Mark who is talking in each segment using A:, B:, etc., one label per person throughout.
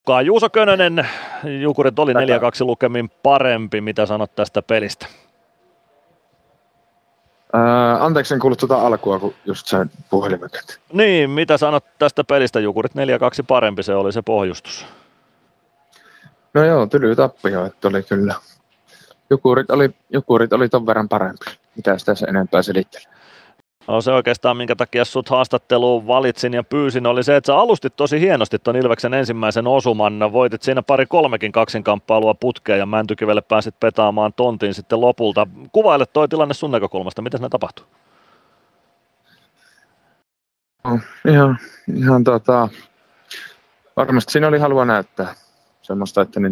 A: Juuso Könönen, Jukurit oli 4-2 lukemin parempi. Mitä sanot tästä pelistä?
B: Anteeksi, en kuullut tuota alkua, kun just sain puhelimen.
A: Niin, mitä sanot tästä pelistä? Jukurit 4-2 parempi, se oli se pohjustus.
B: No joo, tyly tappio, että oli kyllä. Jukurit oli ton verran parempi. Mitä sitä se enempää selittelee?
A: No se oikeastaan, minkä takia sut haastatteluun valitsin ja pyysin, oli se, että sä alustit tosi hienosti ton Ilveksen ensimmäisen osuman. Voitit siinä 2-3 kaksinkamppailua putkeen ja Mäntykivelle pääsit petaamaan tontiin sitten lopulta. Kuvaile toi tilanne sun näkökulmasta, mitä siinä tapahtui?
B: No, ihan varmasti siinä oli halua näyttää semmoista, että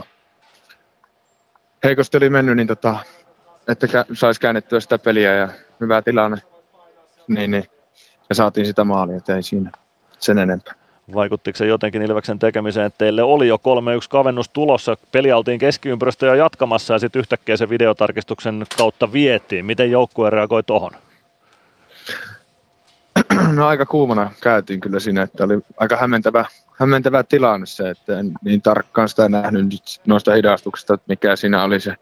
B: heikosti oli mennyt, että saisi käännettyä sitä peliä ja hyvä tilanne. Niin, ja saatiin sitä maalia, että ei siinä sen enempää.
A: Vaikuttiko se jotenkin Ilveksen tekemiseen, että teille oli jo 3-1 kavennus tulossa, peli oltiin keskiympäristö jo jatkamassa ja sitten yhtäkkiä se videotarkistuksen kautta vietiin. Miten joukkue reagoi tohon?
B: No aika kuumana käytiin kyllä siinä, että oli aika hämmentävä tilanne se, että en niin tarkkaan sitä nähnyt noista hidastuksista, että mikä siinä oli se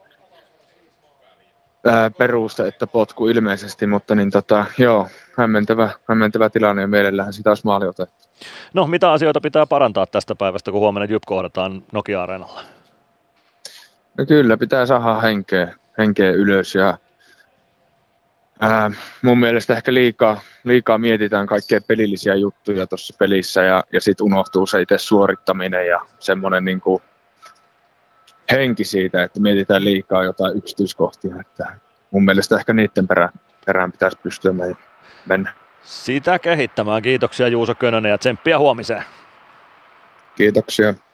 B: peruste, että potku ilmeisesti, mutta joo, hämmentävä tilanne ja mielellähän sitä olisi maali otettu.
A: No, mitä asioita pitää parantaa tästä päivästä, kun huomenna Jyp kohdataan Nokia-areenalla?
B: No kyllä, pitää saada henkeä ylös ja mun mielestä ehkä liikaa mietitään kaikkea pelillisiä juttuja tuossa pelissä ja sitten unohtuu se itse suorittaminen ja semmoinen niinku henki siitä, että mietitään liikaa jotain yksityiskohtia. Että mun mielestä ehkä niiden perään pitäisi pystyä mennä.
A: Sitä kehittämään. Kiitoksia Juuso Könönen ja tsemppiä huomiseen.
B: Kiitoksia.